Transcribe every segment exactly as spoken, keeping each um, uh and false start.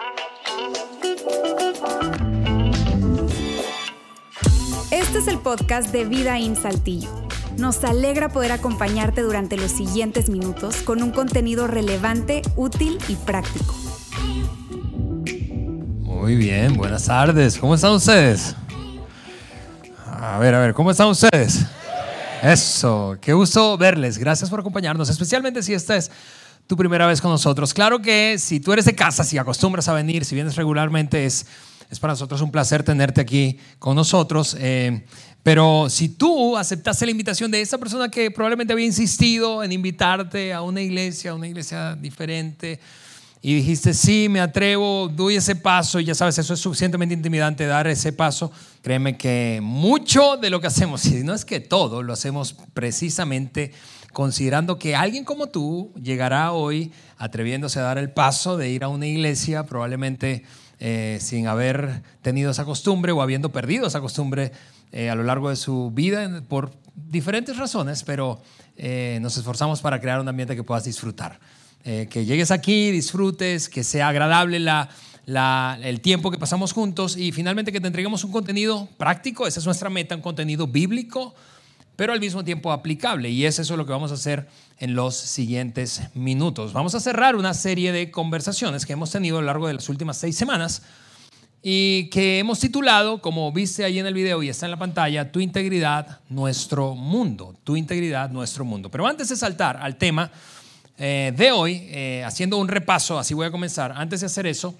Este es el podcast de Vida In Saltillo. Nos alegra poder acompañarte durante los siguientes minutos con un contenido relevante, útil y práctico. Muy bien, buenas tardes. ¿Cómo están ustedes? A ver, a ver, ¿cómo están ustedes? Eso, qué gusto verles. Gracias por acompañarnos, especialmente si esta es tu primera vez con nosotros. Claro que si tú eres de casa, si acostumbras a venir, si vienes regularmente, es, es para nosotros un placer tenerte aquí con nosotros. Eh, pero si tú aceptaste la invitación de esa persona que probablemente había insistido en invitarte a una iglesia, a una iglesia diferente, y dijiste, sí, me atrevo, doy ese paso, y ya sabes, eso es suficientemente intimidante, dar ese paso. Créeme que mucho de lo que hacemos, y no es que todo, lo hacemos precisamente considerando que alguien como tú llegará hoy atreviéndose a dar el paso de ir a una iglesia, probablemente eh, sin haber tenido esa costumbre o habiendo perdido esa costumbre eh, a lo largo de su vida por diferentes razones, pero eh, nos esforzamos para crear un ambiente que puedas disfrutar. Eh, que llegues aquí, disfrutes, que sea agradable la, la, el tiempo que pasamos juntos y finalmente que te entreguemos un contenido práctico. Esa es nuestra meta, un contenido bíblico, pero al mismo tiempo aplicable, y es eso lo que vamos a hacer en los siguientes minutos. Vamos a cerrar una serie de conversaciones que hemos tenido a lo largo de las últimas seis semanas y que hemos titulado, como viste ahí en el video y está en la pantalla, Tu integridad, nuestro mundo. Tu integridad, nuestro mundo. Pero antes de saltar al tema Eh, de hoy, eh, haciendo un repaso, así voy a comenzar. Antes de hacer eso,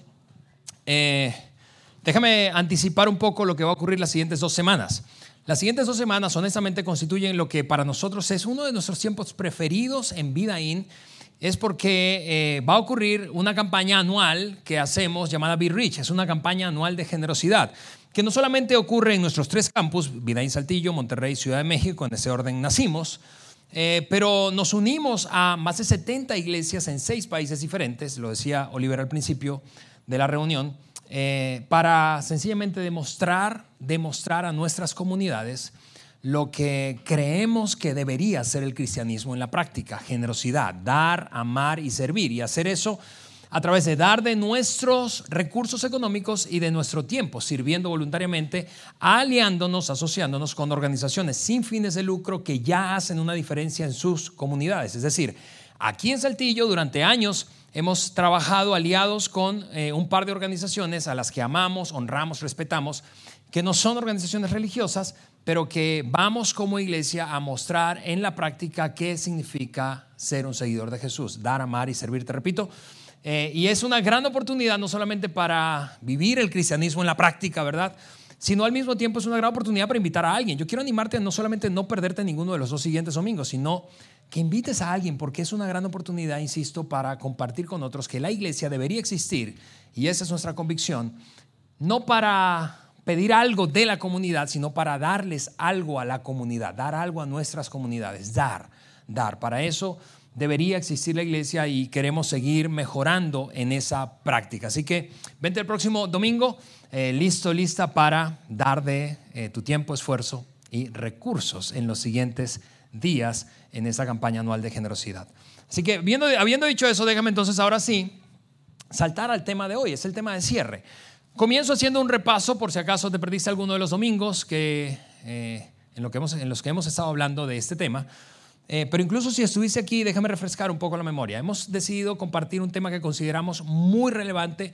eh, déjame anticipar un poco lo que va a ocurrir las siguientes dos semanas. Las siguientes dos semanas honestamente constituyen lo que para nosotros es uno de nuestros tiempos preferidos en Vida In. Es porque eh, va a ocurrir una campaña anual que hacemos llamada Be Rich. Es una campaña anual de generosidad que no solamente ocurre en nuestros tres campus, Vida In Saltillo, Monterrey, Ciudad de México, en ese orden nacimos. Eh, pero nos unimos a más de setenta iglesias en seis países diferentes, lo decía Oliver al principio de la reunión, eh, para sencillamente demostrar, demostrar a nuestras comunidades lo que creemos que debería ser el cristianismo en la práctica: generosidad, dar, amar y servir, y hacer eso a través de dar de nuestros recursos económicos y de nuestro tiempo, sirviendo voluntariamente, aliándonos, asociándonos con organizaciones sin fines de lucro que ya hacen una diferencia en sus comunidades. Es decir, aquí en Saltillo durante años hemos trabajado aliados con eh, un par de organizaciones a las que amamos, honramos, respetamos, que no son organizaciones religiosas, pero que vamos como iglesia a mostrar en la práctica qué significa ser un seguidor de Jesús: dar, amar y servir. Te repito, Eh, y es una gran oportunidad no solamente para vivir el cristianismo en la práctica, ¿verdad?, sino al mismo tiempo es una gran oportunidad para invitar a alguien. Yo quiero animarte a no solamente no perderte ninguno de los dos siguientes domingos, sino que invites a alguien, porque es una gran oportunidad, insisto, para compartir con otros que la iglesia debería existir, y esa es nuestra convicción, no para pedir algo de la comunidad, sino para darles algo a la comunidad, dar algo a nuestras comunidades, dar, dar. Para eso debería existir la iglesia y queremos seguir mejorando en esa práctica. Así que vente el próximo domingo, eh, listo, lista para dar de eh, tu tiempo, esfuerzo y recursos en los siguientes días en esa campaña anual de generosidad. Así que viendo, habiendo dicho eso, déjame entonces ahora sí saltar al tema de hoy. Es el tema de cierre. Comienzo haciendo un repaso por si acaso te perdiste alguno de los domingos que, eh, en, lo que hemos, en los que hemos estado hablando de este tema. Eh, pero incluso si estuviste aquí, déjame refrescar un poco la memoria. Hemos decidido compartir un tema que consideramos muy relevante,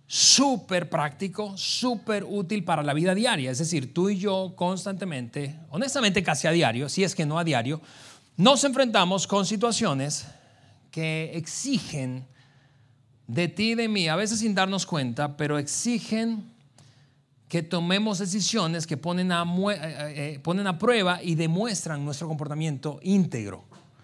súper práctico, súper útil para la vida diaria. Es decir, tú y yo constantemente, honestamente casi a diario, si es que no a diario, nos enfrentamos con situaciones que exigen de ti y de mí, a veces sin darnos cuenta, pero exigen que tomemos decisiones que ponen a, eh, eh, ponen a prueba y demuestran nuestro comportamiento íntegro.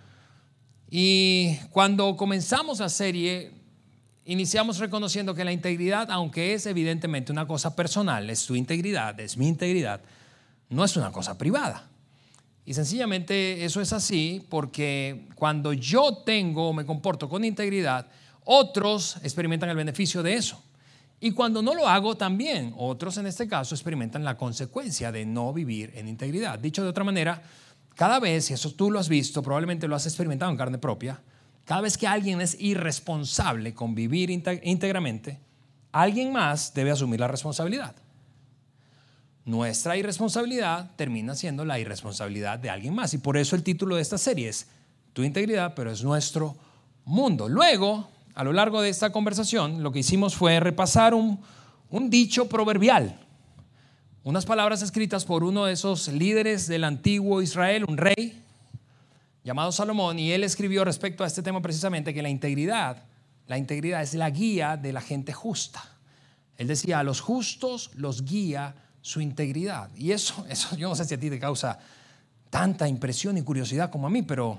Y cuando comenzamos la serie, iniciamos reconociendo que la integridad, aunque es evidentemente una cosa personal, es tu integridad, es mi integridad, no es una cosa privada. Y sencillamente eso es así porque cuando yo tengo o me comporto con integridad, otros experimentan el beneficio de eso. Y cuando no lo hago también, otros en este caso experimentan la consecuencia de no vivir en integridad. Dicho de otra manera, cada vez, y eso tú lo has visto, probablemente lo has experimentado en carne propia, cada vez que alguien es irresponsable con vivir íntegramente, alguien más debe asumir la responsabilidad. Nuestra irresponsabilidad termina siendo la irresponsabilidad de alguien más. Y por eso el título de esta serie es Tu integridad, pero es nuestro mundo. Luego, a lo largo de esta conversación, lo que hicimos fue repasar un, un dicho proverbial. Unas palabras escritas por uno de esos líderes del antiguo Israel, un rey llamado Salomón. Y él escribió respecto a este tema precisamente que la integridad, la integridad es la guía de la gente justa. Él decía, a los justos los guía su integridad. Y eso, eso yo no sé si a ti te causa tanta impresión y curiosidad como a mí, pero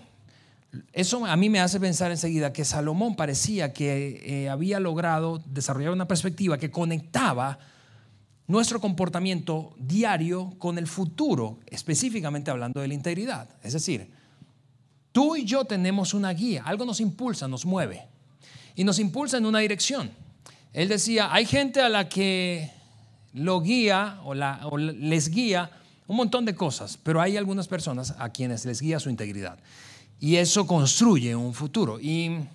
eso a mí me hace pensar enseguida que Salomón parecía que eh, había logrado desarrollar una perspectiva que conectaba nuestro comportamiento diario con el futuro, específicamente hablando de la integridad. Es decir, tú y yo tenemos una guía, algo nos impulsa, nos mueve y nos impulsa en una dirección. Él decía, hay gente a la que lo guía o, la, o les guía un montón de cosas, pero hay algunas personas a quienes les guía su integridad. Y eso construye un futuro. Y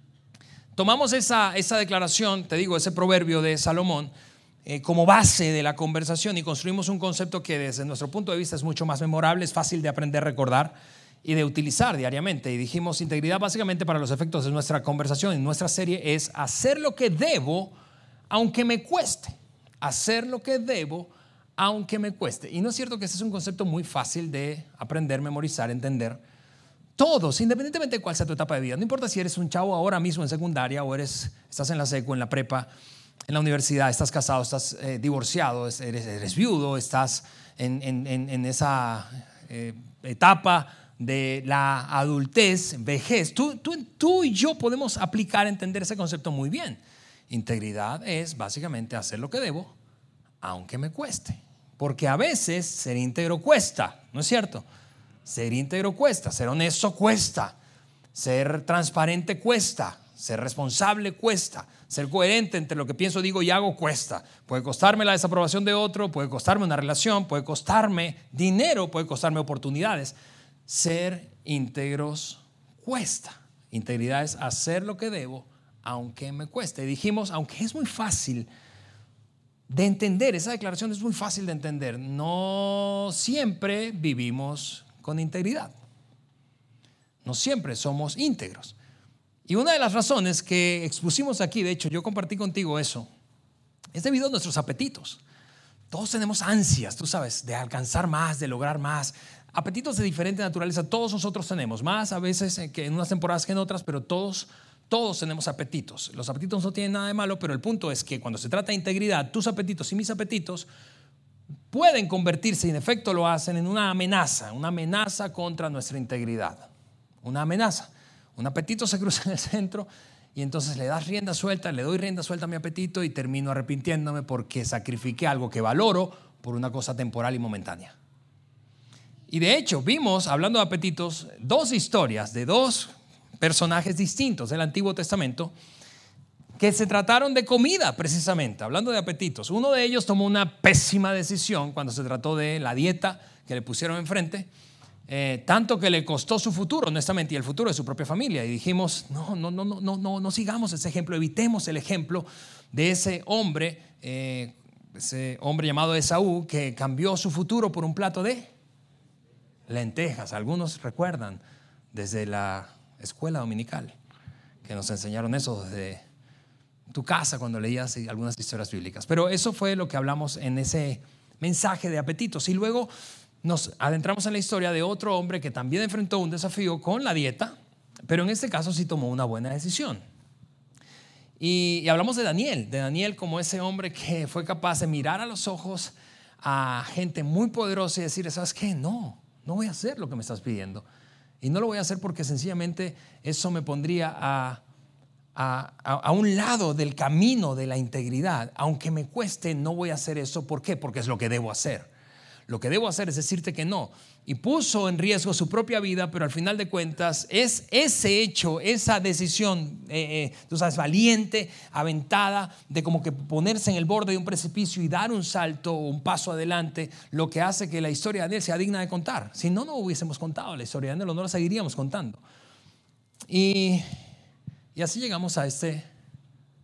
tomamos esa, esa declaración, te digo, ese proverbio de Salomón, eh, como base de la conversación y construimos un concepto que desde nuestro punto de vista es mucho más memorable, es fácil de aprender, recordar y de utilizar diariamente. Y dijimos, integridad básicamente para los efectos de nuestra conversación en nuestra serie es hacer lo que debo aunque me cueste. Hacer lo que debo aunque me cueste. Y no es cierto que ese es un concepto muy fácil de aprender, memorizar, entender. Todos, independientemente de cuál sea tu etapa de vida, no importa si eres un chavo ahora mismo en secundaria o eres, estás en la secu, en la prepa, en la universidad, estás casado, estás eh, divorciado, eres, eres viudo, estás en, en, en, en esa eh, etapa de la adultez, vejez. Tú, tú, tú y yo podemos aplicar, entender ese concepto muy bien. Integridad es básicamente hacer lo que debo, aunque me cueste. Porque a veces ser íntegro cuesta, ¿no es cierto? Ser íntegro cuesta, ser honesto cuesta, ser transparente cuesta, ser responsable cuesta, ser coherente entre lo que pienso, digo y hago cuesta. Puede costarme la desaprobación de otro, puede costarme una relación, puede costarme dinero, puede costarme oportunidades. Ser íntegros cuesta. Integridad es hacer lo que debo, aunque me cueste. Y dijimos, aunque es muy fácil de entender, esa declaración es muy fácil de entender, no siempre vivimos con integridad. No siempre somos íntegros. Y una de las razones que expusimos aquí, de hecho yo compartí contigo eso, es debido a nuestros apetitos. Todos tenemos ansias, tú sabes, de alcanzar más, de lograr más. Apetitos de diferente naturaleza, todos nosotros tenemos, más a veces que en unas temporadas que en otras, pero todos, todos tenemos apetitos. Los apetitos no tienen nada de malo, pero el punto es que cuando se trata de integridad, tus apetitos y mis apetitos pueden convertirse, y en efecto lo hacen, en una amenaza, una amenaza contra nuestra integridad. Una amenaza. Un apetito se cruza en el centro y entonces le das rienda suelta, le doy rienda suelta a mi apetito y termino arrepintiéndome porque sacrifiqué algo que valoro por una cosa temporal y momentánea. Y de hecho vimos, hablando de apetitos, dos historias de dos personajes distintos del Antiguo Testamento que se trataron de comida precisamente, hablando de apetitos. Uno de ellos tomó una pésima decisión cuando se trató de la dieta que le pusieron enfrente, eh, tanto que le costó su futuro, honestamente, y el futuro de su propia familia. Y dijimos, no, no, no, no, no, no, no sigamos ese ejemplo, evitemos el ejemplo de ese hombre, eh, ese hombre llamado Esaú, que cambió su futuro por un plato de lentejas. Algunos recuerdan desde la escuela dominical que nos enseñaron eso desde tu casa cuando leías algunas historias bíblicas. Pero eso fue lo que hablamos en ese mensaje de apetitos. Y luego nos adentramos en la historia de otro hombre que también enfrentó un desafío con la dieta, pero en este caso sí tomó una buena decisión. Y, y hablamos de Daniel, de Daniel como ese hombre que fue capaz de mirar a los ojos a gente muy poderosa y decir, ¿sabes qué? No, no voy a hacer lo que me estás pidiendo. Y no lo voy a hacer porque sencillamente eso me pondría a, a, a, a un lado del camino de la integridad. Aunque me cueste, no voy a hacer eso. ¿Por qué? Porque es lo que debo hacer. Lo que debo hacer es decirte que no. Y puso en riesgo su propia vida, pero al final de cuentas es ese hecho, esa decisión, eh, eh, tú sabes, valiente, aventada, de como que ponerse en el borde de un precipicio y dar un salto o un paso adelante, lo que hace que la historia de Daniel sea digna de contar. Si no, no hubiésemos contado la historia de Daniel, no la seguiríamos contando. Y, y así llegamos a este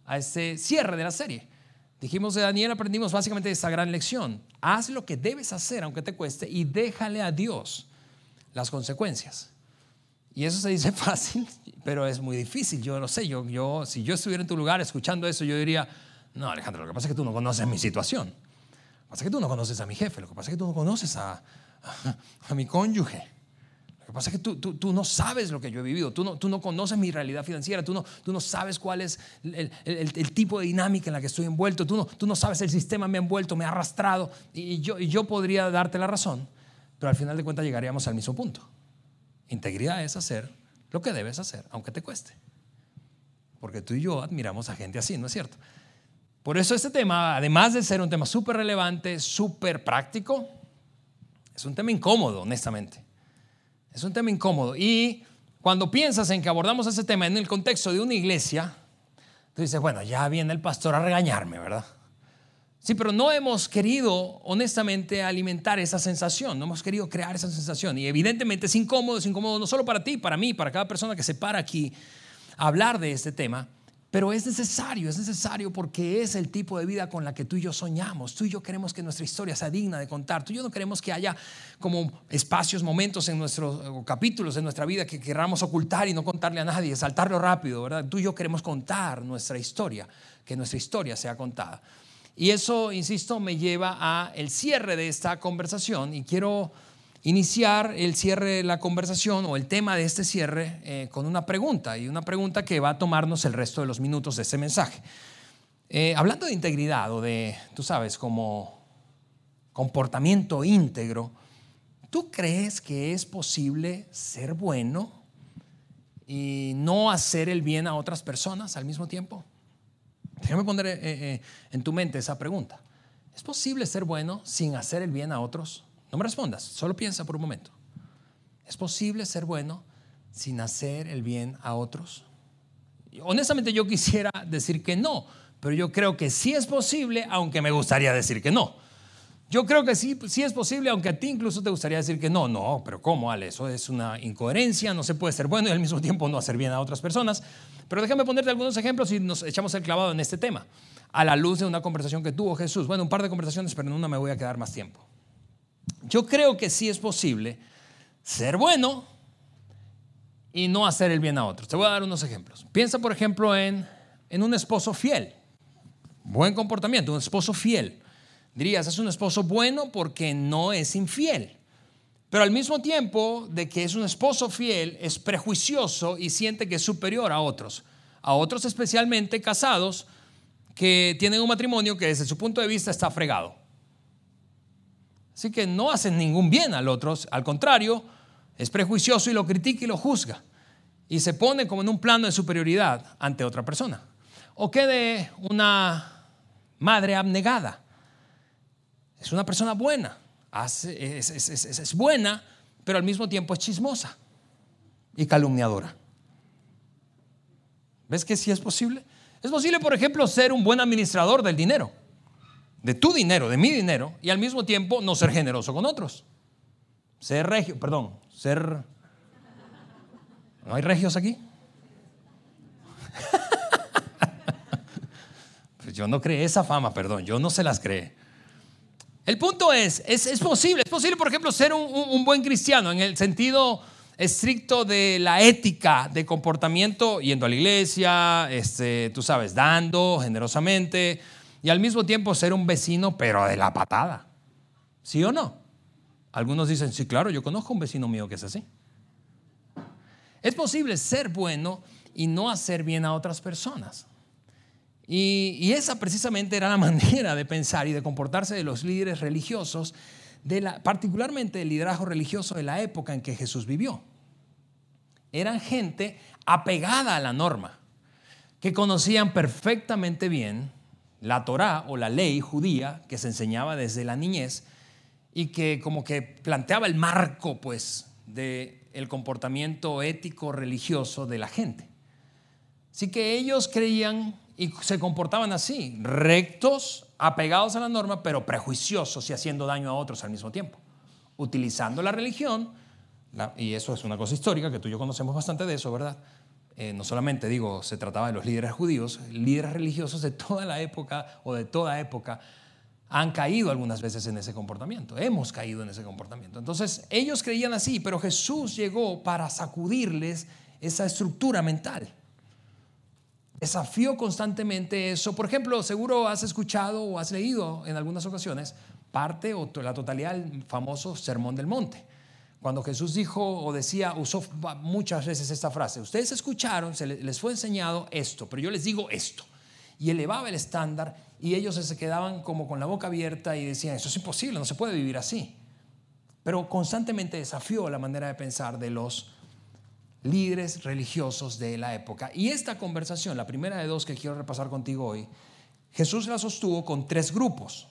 a este cierre de la serie. Dijimos de Daniel, aprendimos básicamente esta gran lección. Haz lo que debes hacer aunque te cueste y déjale a Dios las consecuencias. Y eso se dice fácil, pero es muy difícil. Yo lo sé, yo, yo, si yo estuviera en tu lugar escuchando eso, yo diría, no, Alejandro, lo que pasa es que tú no conoces mi situación. Lo que pasa es que tú no conoces a mi jefe. Lo que pasa es que tú no conoces a, a, a mi cónyuge. Lo que pasa es que tú, tú, tú no sabes lo que yo he vivido. Tú no, tú no conoces mi realidad financiera. Tú no, tú no sabes cuál es el, el, el, el tipo de dinámica en la que estoy envuelto. Tú no, tú no sabes el sistema me ha envuelto, me ha arrastrado. Y yo, y yo podría darte la razón, pero al final de cuentas llegaríamos al mismo punto. Integridad es hacer lo que debes hacer, aunque te cueste. Porque tú y yo admiramos a gente así, ¿no es cierto? Por eso este tema, además de ser un tema súper relevante, súper práctico, es un tema incómodo, honestamente. Es un tema incómodo. Y cuando piensas en que abordamos ese tema en el contexto de una iglesia, tú dices, bueno, ya viene el pastor a regañarme, ¿verdad? Sí, pero no hemos querido, honestamente, alimentar esa sensación. No hemos querido crear esa sensación. Y evidentemente es incómodo, es incómodo no solo para ti, para mí, para cada persona que se para aquí a hablar de este tema. Pero es necesario, es necesario porque es el tipo de vida con la que tú y yo soñamos. Tú y yo queremos que nuestra historia sea digna de contar. Tú y yo no queremos que haya como espacios, momentos en nuestros capítulos, en nuestra vida que queramos ocultar y no contarle a nadie, saltarlo rápido, ¿verdad? Tú y yo queremos contar nuestra historia, que nuestra historia sea contada. Y eso, insisto, me lleva a el cierre de esta conversación y quiero iniciar el cierre de la conversación o el tema de este cierre eh, con una pregunta y una pregunta que va a tomarnos el resto de los minutos de este mensaje. Eh, hablando de integridad o de, tú sabes, como comportamiento íntegro, ¿tú crees que es posible ser bueno y no hacer el bien a otras personas al mismo tiempo? Déjame poner eh, eh, en tu mente esa pregunta. ¿Es posible ser bueno sin hacer el bien a otros? No me respondas, solo piensa por un momento. ¿Es posible ser bueno sin hacer el bien a otros? Honestamente yo quisiera decir que no, pero yo creo que sí es posible, aunque me gustaría decir que no. Yo creo que sí, sí es posible, aunque a ti incluso te gustaría decir que no. No, pero ¿cómo, Ale? Eso es una incoherencia, no se puede ser bueno y al mismo tiempo no hacer bien a otras personas. Pero déjame ponerte algunos ejemplos y nos echamos el clavado en este tema, a la luz de una conversación que tuvo Jesús. Bueno, un par de conversaciones, pero en una me voy a quedar más tiempo. Yo creo que sí es posible ser bueno y no hacer el bien a otros. Te voy a dar unos ejemplos. Piensa, por ejemplo, en, en un esposo fiel. Buen comportamiento, un esposo fiel. Dirías, es un esposo bueno porque no es infiel. Pero al mismo tiempo de que es un esposo fiel, es prejuicioso y siente que es superior a otros. A otros especialmente casados que tienen un matrimonio que desde su punto de vista está fregado. Así que no hacen ningún bien al otro, al contrario, es prejuicioso y lo critica y lo juzga. Y se pone como en un plano de superioridad ante otra persona. O que de una madre abnegada. Es una persona buena, hace, es, es, es, es buena, pero al mismo tiempo es chismosa y calumniadora. ¿Ves que sí es posible? Es posible, por ejemplo, ser un buen administrador del dinero. De tu dinero, de mi dinero, y al mismo tiempo no ser generoso con otros. Ser regio, perdón, ser... ¿No hay regios aquí? Pues yo no creé esa fama, perdón, yo no se las creé. El punto es, es, es posible, es posible, por ejemplo, ser un, un, un buen cristiano en el sentido estricto de la ética de comportamiento, yendo a la iglesia, este, tú sabes, dando generosamente, y al mismo tiempo ser un vecino, pero de la patada. ¿Sí o no? Algunos dicen, sí, claro, yo conozco un vecino mío que es así. Es posible ser bueno y no hacer bien a otras personas. Y, y esa precisamente era la manera de pensar y de comportarse de los líderes religiosos, de la, particularmente el liderazgo religioso de la época en que Jesús vivió. Eran gente apegada a la norma, que conocían perfectamente bien la Torá o la ley judía que se enseñaba desde la niñez y que como que planteaba el marco pues del comportamiento ético religioso de la gente. Así que ellos creían y se comportaban así, rectos, apegados a la norma, pero prejuiciosos y haciendo daño a otros al mismo tiempo, utilizando la religión, la, y eso es una cosa histórica que tú y yo conocemos bastante de eso, ¿verdad? Eh, no solamente, digo, se trataba de los líderes judíos, líderes religiosos de toda la época o de toda época han caído algunas veces en ese comportamiento. Hemos caído en ese comportamiento. Entonces, ellos creían así, pero Jesús llegó para sacudirles esa estructura mental. Desafió constantemente eso. Por ejemplo, seguro has escuchado o has leído en algunas ocasiones parte o la totalidad del famoso Sermón del Monte. Cuando Jesús dijo o decía, usó muchas veces esta frase: ustedes escucharon, se les fue enseñado esto, pero yo les digo esto. Y elevaba el estándar y ellos se quedaban como con la boca abierta y decían, eso es imposible, no se puede vivir así. Pero constantemente desafió la manera de pensar de los líderes religiosos de la época. Y esta conversación, la primera de dos que quiero repasar contigo hoy, Jesús la sostuvo con tres grupos.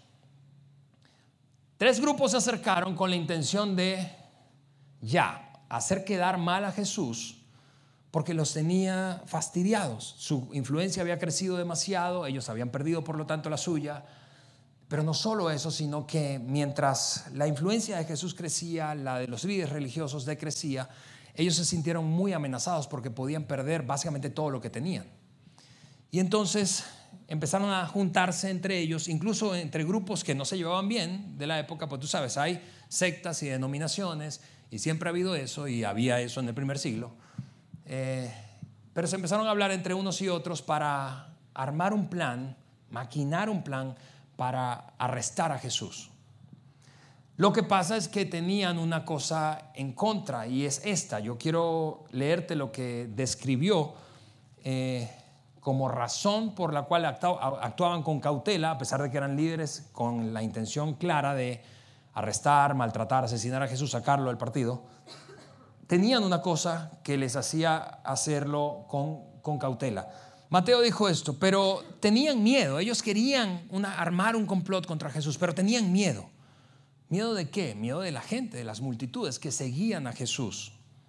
Tres grupos se acercaron con la intención de ya hacer quedar mal a Jesús porque los tenía fastidiados. Su influencia había crecido demasiado, ellos habían perdido por lo tanto la suya. Pero no solo eso, sino que mientras la influencia de Jesús crecía, la de los líderes religiosos decrecía, ellos se sintieron muy amenazados porque podían perder básicamente todo lo que tenían. Y entonces empezaron a juntarse entre ellos, incluso entre grupos que no se llevaban bien de la época, pues tú sabes, hay sectas y denominaciones, y siempre ha habido eso, y había eso en el primer siglo. Eh, pero se empezaron a hablar entre unos y otros para armar un plan, maquinar un plan para arrestar a Jesús. Lo que pasa es que tenían una cosa en contra, y es esta. Yo quiero leerte lo que describió eh, como razón por la cual actuaban con cautela, a pesar de que eran líderes con la intención clara de arrestar, maltratar, asesinar a Jesús, sacarlo del partido. Tenían una cosa que les hacía hacerlo con, con cautela. Mateo dijo esto, pero tenían miedo. Ellos querían una, armar un complot contra Jesús, pero tenían miedo. ¿Miedo de qué? Miedo de la gente, de las multitudes que seguían a Jesús.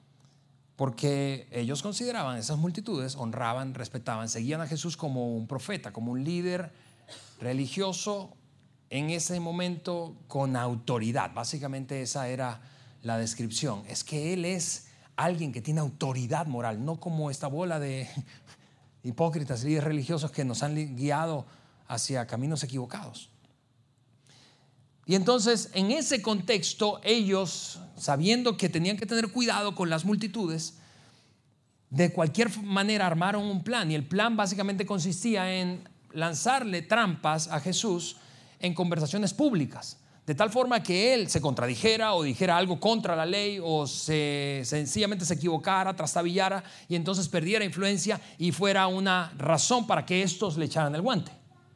Porque ellos consideraban, esas multitudes honraban, respetaban, seguían a Jesús como un profeta, como un líder religioso en ese momento con autoridad. Básicamente esa era la descripción. Es que Él es alguien que tiene autoridad moral, no como esta bola de hipócritas, líderes religiosos que nos han guiado hacia caminos equivocados. Y entonces, en ese contexto, ellos, sabiendo que tenían que tener cuidado con las multitudes, de cualquier manera armaron un plan. Y el plan básicamente consistía en lanzarle trampas a Jesús en conversaciones públicas, de tal forma que él se contradijera o dijera algo contra la ley o se, sencillamente se equivocara, trastabillara y entonces perdiera influencia y fuera una razón para que estos le echaran el guante.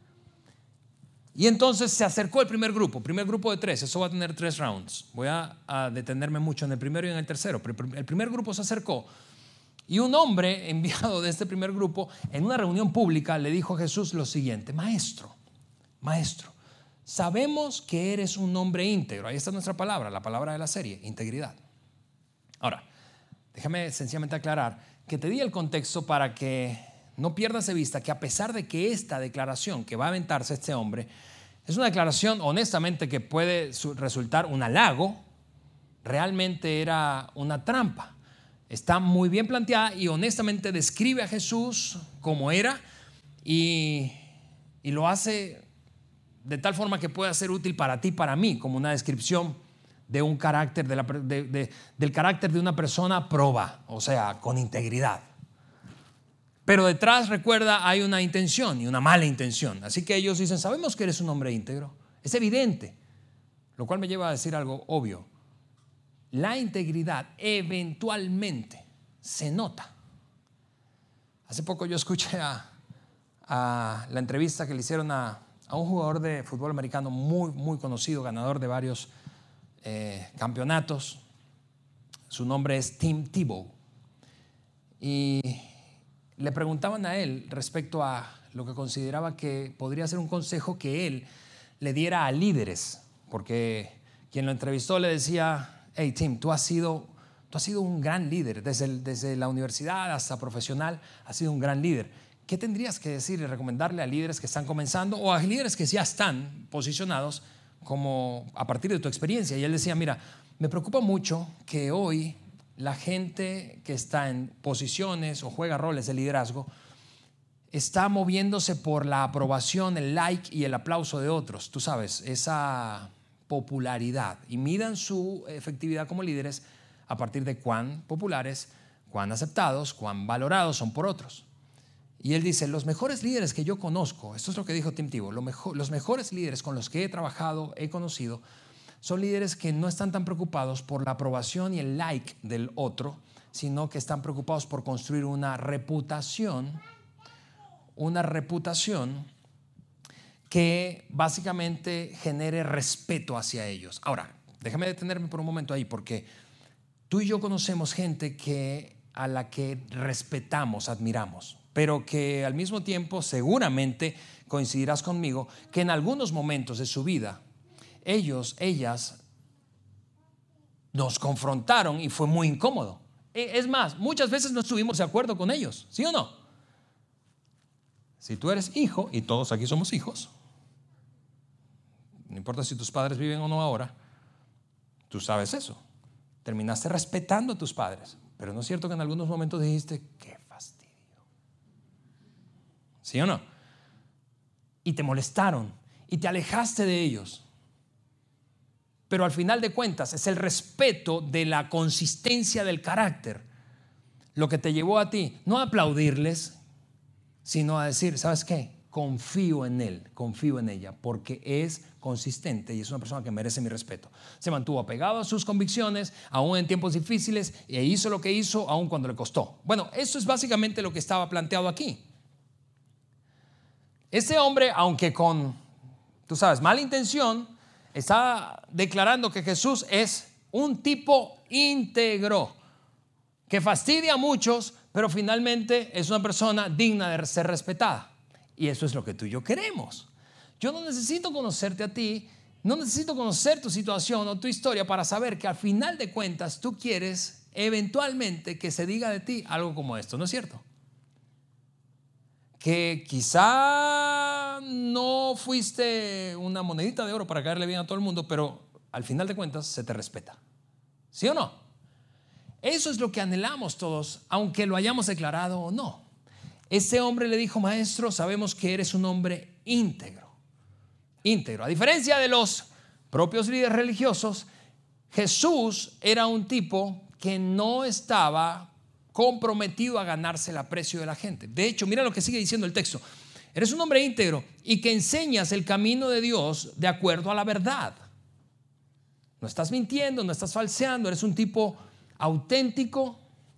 Y entonces se acercó el primer grupo, primer grupo de tres, eso va a tener tres rounds. Voy a, a detenerme mucho en el primero y en el tercero. El primer grupo se acercó y un hombre enviado de este primer grupo en una reunión pública le dijo a Jesús lo siguiente: Maestro, maestro, sabemos que eres un hombre íntegro. Ahí está nuestra palabra, la palabra de la serie, integridad. Ahora, déjame sencillamente aclarar que te di el contexto para que no pierdas de vista que a pesar de que esta declaración que va a aventarse este hombre es una declaración honestamente que puede resultar un halago, realmente era una trampa. Está muy bien planteada y honestamente describe a Jesús como era y, y lo hace de tal forma que pueda ser útil para ti y para mí, como una descripción de un carácter, de la, de, de, del carácter de una persona proba, o sea, con integridad. Pero detrás, recuerda, hay una intención y una mala intención. Así que ellos dicen, sabemos que eres un hombre íntegro. Es evidente. Lo cual me lleva a decir algo obvio. La integridad eventualmente se nota. Hace poco yo escuché a, a la entrevista que le hicieron a, a un jugador de fútbol americano muy, muy conocido, ganador de varios eh, campeonatos. Su nombre es Tim Tebow. Y le preguntaban a él respecto a lo que consideraba que podría ser un consejo que él le diera a líderes, porque quien lo entrevistó le decía: hey Tim, tú has sido, tú has sido un gran líder, desde, el, desde la universidad hasta profesional, has sido un gran líder. ¿Qué tendrías que decir y recomendarle a líderes que están comenzando o a líderes que ya están posicionados como a partir de tu experiencia? Y él decía: mira, me preocupa mucho que hoy la gente que está en posiciones o juega roles de liderazgo está moviéndose por la aprobación, el like y el aplauso de otros. Tú sabes, esa popularidad. Y midan su efectividad como líderes a partir de cuán populares, cuán aceptados, cuán valorados son por otros. Y él dice, los mejores líderes que yo conozco, esto es lo que dijo Tim Tebow, lo mejor, los mejores líderes con los que he trabajado, he conocido, son líderes que no están tan preocupados por la aprobación y el like del otro, sino que están preocupados por construir una reputación, una reputación que básicamente genere respeto hacia ellos. Ahora, déjame detenerme por un momento ahí, porque tú y yo conocemos gente que, a la que respetamos, admiramos, pero que al mismo tiempo seguramente coincidirás conmigo que en algunos momentos de su vida ellos, ellas nos confrontaron y fue muy incómodo. Es más, muchas veces no estuvimos de acuerdo con ellos, ¿sí o no? Si tú eres hijo, y todos aquí somos hijos, no importa si tus padres viven o no ahora, tú sabes eso. Terminaste respetando a tus padres, pero no es cierto que en algunos momentos dijiste, qué fastidio. ¿Sí o no? Y te molestaron y te alejaste de ellos. Pero al final de cuentas es el respeto de la consistencia del carácter lo que te llevó a ti, no a aplaudirles, sino a decir, ¿sabes qué? Confío en él, confío en ella, porque es consistente y es una persona que merece mi respeto. Se mantuvo apegado a sus convicciones, aún en tiempos difíciles, e hizo lo que hizo, aún cuando le costó. Bueno, eso es básicamente lo que estaba planteado aquí. Ese hombre, aunque con, tú sabes, mala intención, está declarando que Jesús es un tipo íntegro, que fastidia a muchos, pero finalmente es una persona digna de ser respetada. Y eso es lo que tú y yo queremos. Yo no necesito conocerte a ti, no necesito conocer tu situación o tu historia para saber que al final de cuentas tú quieres eventualmente que se diga de ti algo como esto, ¿no es cierto? Que quizá no fuiste una monedita de oro para caerle bien a todo el mundo, pero al final de cuentas se te respeta. ¿Sí o no? Eso es lo que anhelamos todos, aunque lo hayamos declarado o no. Ese hombre le dijo, maestro, sabemos que eres un hombre íntegro. Íntegro. A diferencia de los propios líderes religiosos, Jesús era un tipo que no estaba comprometido a ganarse el aprecio de la gente. De hecho, mira lo que sigue diciendo el texto. Eres un hombre íntegro y que enseñas el camino de Dios de acuerdo a la verdad. No estás mintiendo, no estás falseando, eres un tipo auténtico.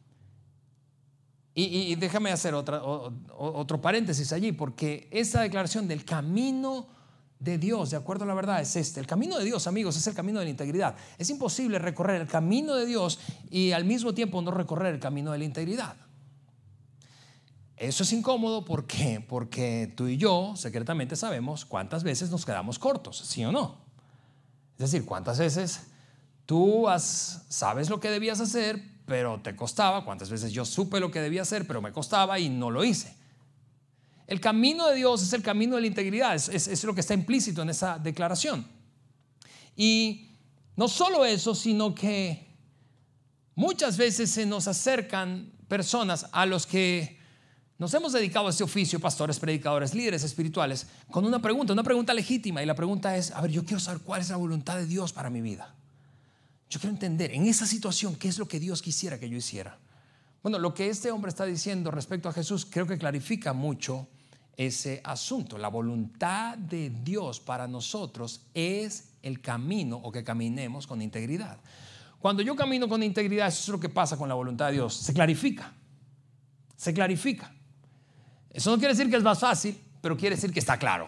Y, y, y déjame hacer otra, o, o, otro paréntesis allí, porque esa declaración del camino de Dios, de acuerdo a la verdad, es este. El camino de Dios, amigos, es el camino de la integridad. Es imposible recorrer el camino de Dios y al mismo tiempo no recorrer el camino de la integridad. Eso es incómodo, ¿por qué? Porque tú y yo secretamente sabemos cuántas veces nos quedamos cortos, ¿sí o no? Es decir, cuántas veces tú has, sabes lo que debías hacer, pero te costaba. Cuántas veces yo supe lo que debía hacer, pero me costaba y no lo hice. El camino de Dios es el camino de la integridad. Es, es, es lo que está implícito en esa declaración. Y no solo eso, sino que muchas veces se nos acercan personas a los que nos hemos dedicado a este oficio, pastores, predicadores, líderes espirituales, con una pregunta, una pregunta legítima. Y la pregunta es, a ver, yo quiero saber cuál es la voluntad de Dios para mi vida. Yo quiero entender en esa situación qué es lo que Dios quisiera que yo hiciera. Bueno, lo que este hombre está diciendo respecto a Jesús creo que clarifica mucho ese asunto. La voluntad de Dios para nosotros es el camino, o que caminemos con integridad. Cuando yo camino con integridad, eso es lo que pasa con la voluntad de Dios. Se clarifica. Se clarifica. Eso no quiere decir que es más fácil, pero quiere decir que está claro.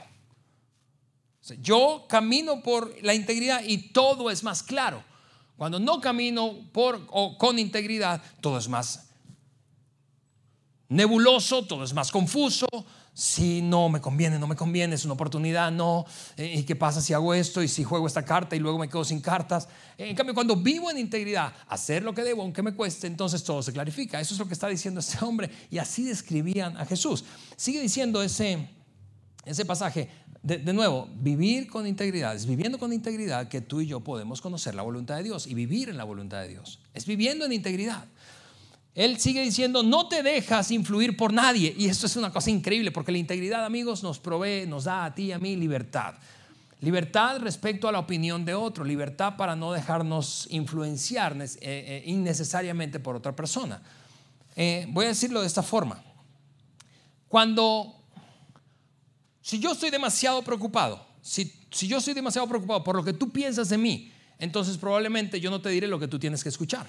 Yo camino por la integridad y todo es más claro. Cuando no camino por o con integridad, todo es más nebuloso, todo es más confuso. Si no me conviene, no me conviene, es una oportunidad, no. ¿Y qué pasa si hago esto? Y si juego esta carta y luego me quedo sin cartas. En cambio, cuando vivo en integridad, hacer lo que debo, aunque me cueste, entonces todo se clarifica. Eso es lo que está diciendo este hombre. Y así describían a Jesús. Sigue diciendo ese, ese pasaje. de, de nuevo, vivir con integridad, es viviendo con integridad que tú y yo podemos conocer la voluntad de Dios y vivir en la voluntad de Dios. Es viviendo en integridad. Él sigue diciendo, no te dejas influir por nadie. Y esto es una cosa increíble porque la integridad, amigos, nos provee, nos da a ti y a mí libertad. Libertad respecto a la opinión de otro, libertad para no dejarnos influenciar eh, eh, innecesariamente por otra persona. Eh, voy a decirlo de esta forma. Cuando, si yo estoy demasiado preocupado, si, si yo estoy demasiado preocupado por lo que tú piensas de mí, entonces probablemente yo no te diré lo que tú tienes que escuchar.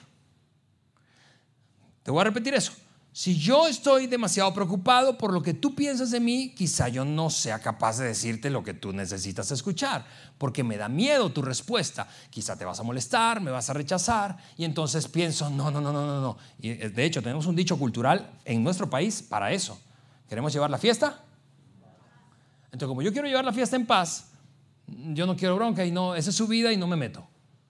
Te voy a repetir eso. Si yo estoy demasiado preocupado por lo que tú piensas de mí, quizá yo no sea capaz de decirte lo que tú necesitas escuchar, porque me da miedo tu respuesta. Quizá te vas a molestar, me vas a rechazar, y entonces pienso, no, no, no, no, no, no. Y de hecho, tenemos un dicho cultural en nuestro país para eso. ¿Queremos llevar la fiesta? Entonces, como yo quiero llevar la fiesta en paz, yo no quiero bronca, y no, esa es su vida y no me meto.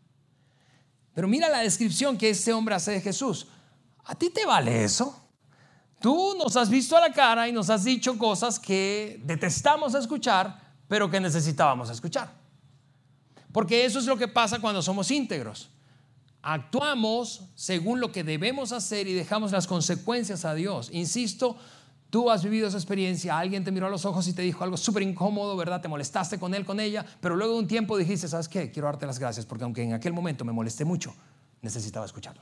Pero mira la descripción que este hombre hace de Jesús. ¿A ti te vale eso? Tú nos has visto a la cara y nos has dicho cosas que detestamos escuchar, pero que necesitábamos escuchar. Porque eso es lo que pasa cuando somos íntegros. Actuamos según lo que debemos hacer y dejamos las consecuencias a Dios. Insisto, tú has vivido esa experiencia, alguien te miró a los ojos y te dijo algo súper incómodo, ¿verdad? Te molestaste con él, con ella, pero luego de un tiempo dijiste, ¿sabes qué? Quiero darte las gracias porque aunque en aquel momento me molesté mucho, necesitaba escucharlo.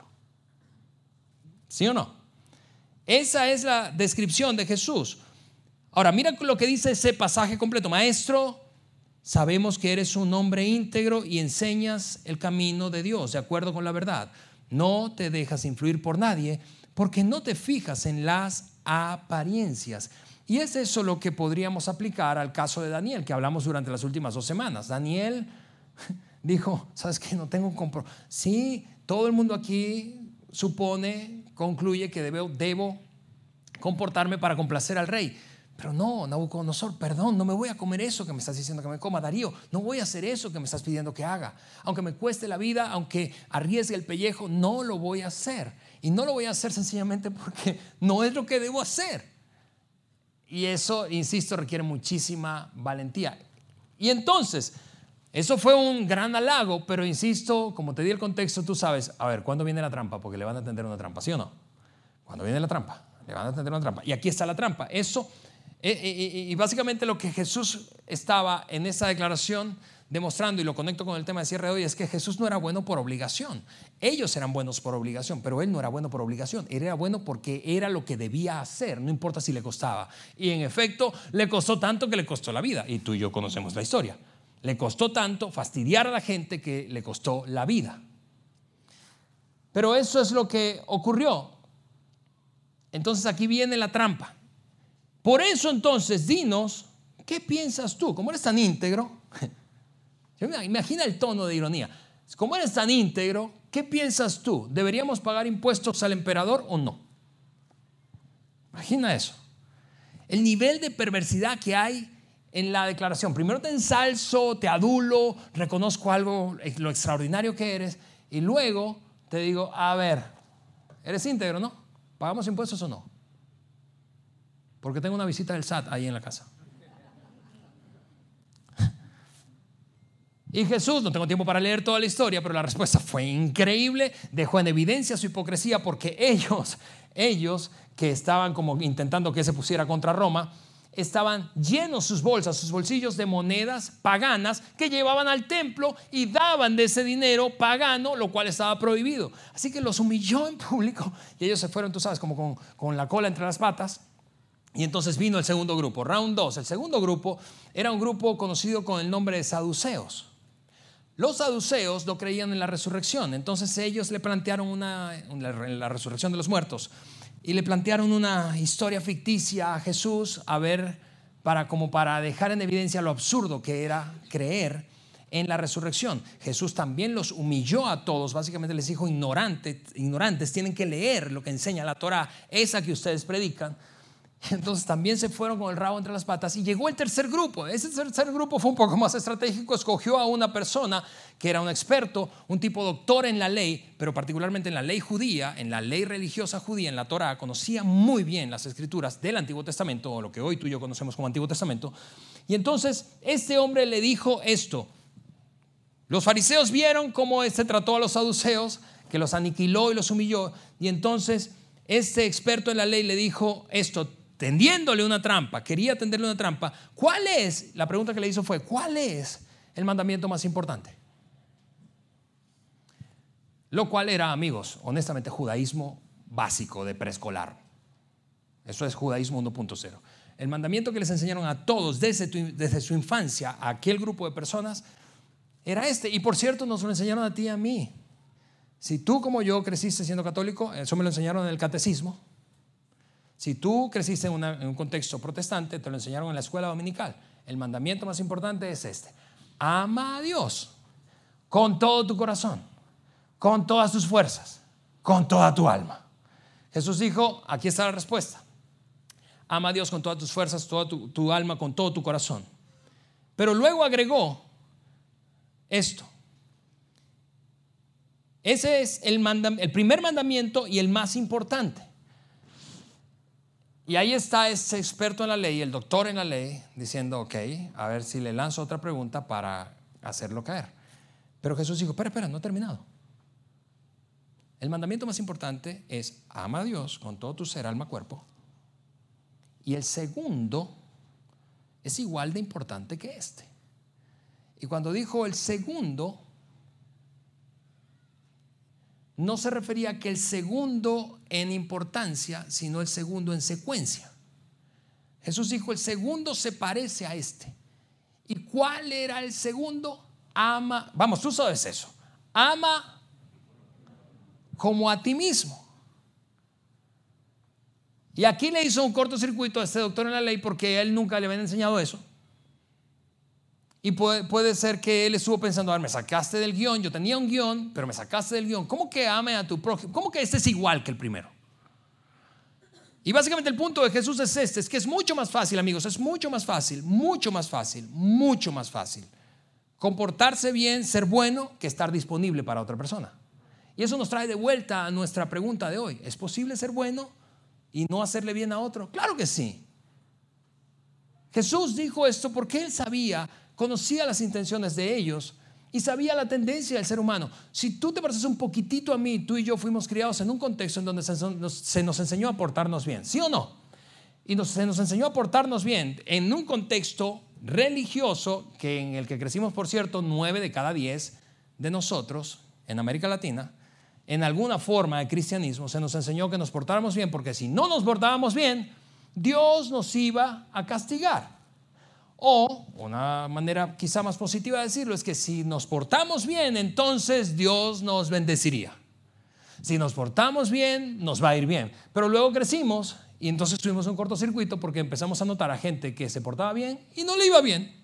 ¿Sí o no? Esa es la descripción de Jesús. Ahora, mira lo que dice ese pasaje completo. Maestro, sabemos que eres un hombre íntegro y enseñas el camino de Dios, de acuerdo con la verdad. No te dejas influir por nadie, porque no te fijas en las apariencias. Y es eso lo que podríamos aplicar al caso de Daniel, que hablamos durante las últimas dos semanas. Daniel dijo, ¿sabes qué? No tengo compromiso. Sí, todo el mundo aquí supone, concluye que debo, debo comportarme para complacer al rey. Pero no, Nabucodonosor, perdón, no me voy a comer eso que me estás diciendo que me coma. Darío, no voy a hacer eso que me estás pidiendo que haga. Aunque me cueste la vida, aunque arriesgue el pellejo, no lo voy a hacer. Y no lo voy a hacer sencillamente porque no es lo que debo hacer. Y eso, insisto, requiere muchísima valentía. Y entonces, eso fue un gran halago, pero insisto, como te di el contexto, tú sabes, a ver, ¿cuándo viene la trampa? Porque le van a tender una trampa, ¿sí o no? ¿Cuándo viene la trampa? Le van a tender una trampa. Y aquí está la trampa. Eso, eh, eh, y básicamente lo que Jesús estaba en esa declaración demostrando, y lo conecto con el tema de cierre de hoy, es que Jesús no era bueno por obligación. Ellos eran buenos por obligación, pero Él no era bueno por obligación. Él era bueno porque era lo que debía hacer, no importa si le costaba. Y en efecto, le costó tanto que le costó la vida. Y tú y yo conocemos la historia. Le costó tanto fastidiar a la gente que le costó la vida. Pero eso es lo que ocurrió. Entonces aquí viene la trampa. Por eso entonces dinos, ¿qué piensas tú? Como eres tan íntegro, imagina el tono de ironía. Como eres tan íntegro, ¿qué piensas tú? ¿Deberíamos pagar impuestos al emperador o no? Imagina eso. El nivel de perversidad que hay en la declaración. Primero te ensalzo, te adulo, reconozco algo, lo extraordinario que eres, y luego te digo, a ver, eres íntegro, ¿no? ¿Pagamos impuestos o no? Porque tengo una visita del S A T ahí en la casa. Y Jesús, no tengo tiempo para leer toda la historia, pero la respuesta fue increíble, dejó en evidencia su hipocresía porque ellos, ellos que estaban como intentando que se pusiera contra Roma, estaban llenos sus bolsas, sus bolsillos de monedas paganas que llevaban al templo y daban de ese dinero pagano, lo cual estaba prohibido. Así que los humilló en público y ellos se fueron, tú sabes, como con, con la cola entre las patas. Y entonces vino el segundo grupo, round dos. El segundo grupo era un grupo conocido con el nombre de saduceos. Los saduceos no creían en la resurrección, entonces ellos le plantearon una, la, la resurrección de los muertos. Y le plantearon una historia ficticia a Jesús, a ver, para, como para dejar en evidencia lo absurdo que era creer en la resurrección. Jesús también los humilló a todos, básicamente les dijo, ignorantes, ignorantes, tienen que leer lo que enseña la Torá, esa que ustedes predican. Entonces también se fueron con el rabo entre las patas y llegó el tercer grupo. Ese tercer grupo fue un poco más estratégico, escogió a una persona que era un experto, un tipo doctor en la ley, pero particularmente en la ley judía, en la ley religiosa judía, en la Torá, conocía muy bien las escrituras del Antiguo Testamento, o lo que hoy tú y yo conocemos como Antiguo Testamento, Y entonces este hombre le dijo esto. Los fariseos vieron cómo este trató a los saduceos, que los aniquiló y los humilló. Y entonces este experto en la ley le dijo esto, tendiéndole una trampa, quería tenderle una trampa. ¿Cuál es? La pregunta que le hizo fue, ¿cuál es el mandamiento más importante? Lo cual era, amigos, honestamente, judaísmo básico de preescolar. Eso es judaísmo uno punto cero. El mandamiento que les enseñaron a todos desde, tu, desde su infancia, a aquel grupo de personas, era este. Y por cierto, nos lo enseñaron a ti y a mí. Si tú como yo creciste siendo católico, eso me lo enseñaron en el catecismo. Si tú creciste en, una, en un contexto protestante, te lo enseñaron en la escuela dominical. El mandamiento más importante es este: ama a Dios con todo tu corazón, con todas tus fuerzas, con toda tu alma. Jesús dijo, aquí está la respuesta: ama a Dios con todas tus fuerzas, toda tu, tu alma, con todo tu corazón. Pero luego agregó esto. Ese es el, mandam- el primer mandamiento y el más importante. Y ahí está ese experto en la ley, el doctor en la ley, diciendo, ok, a ver si le lanzo otra pregunta para hacerlo caer. Pero Jesús dijo, espera, espera, no he terminado. El mandamiento más importante es ama a Dios con todo tu ser, alma, cuerpo. Y el segundo es igual de importante que este. Y cuando dijo el segundo, no se refería a que el segundo en importancia, sino el segundo en secuencia. Jesús dijo, el segundo se parece a este. ¿Y cuál era el segundo? Ama, vamos, tú sabes eso. Ama como a ti mismo. Y aquí le hizo un cortocircuito a este doctor en la ley porque a él nunca le habían enseñado eso. Y puede, puede ser que él estuvo pensando, a ver, me sacaste del guión, yo tenía un guión, pero me sacaste del guión. ¿Cómo que ame a tu prójimo? ¿Cómo que este es igual que el primero? Y básicamente el punto de Jesús es este, es que es mucho más fácil, amigos, es mucho más fácil, mucho más fácil, mucho más fácil comportarse bien, ser bueno, que estar disponible para otra persona. Y eso nos trae de vuelta a nuestra pregunta de hoy. ¿Es posible ser bueno y no hacerle bien a otro? Claro que sí. Jesús dijo esto porque él sabía, conocía las intenciones de ellos y sabía la tendencia del ser humano. Si tú te pareces un poquitito a mí, tú y yo fuimos criados en un contexto en donde se nos, se nos enseñó a portarnos bien, ¿sí o no? Y nos, se nos enseñó a portarnos bien en un contexto religioso que en el que crecimos, por cierto, nueve de cada diez de nosotros en América Latina, en alguna forma de cristianismo se nos enseñó que nos portáramos bien, porque si no nos portábamos bien, Dios nos iba a castigar. O una manera quizá más positiva de decirlo es que si nos portamos bien, entonces Dios nos bendeciría. Si nos portamos bien, nos va a ir bien. Pero luego crecimos y entonces tuvimos un cortocircuito porque empezamos a notar a gente que se portaba bien y no le iba bien.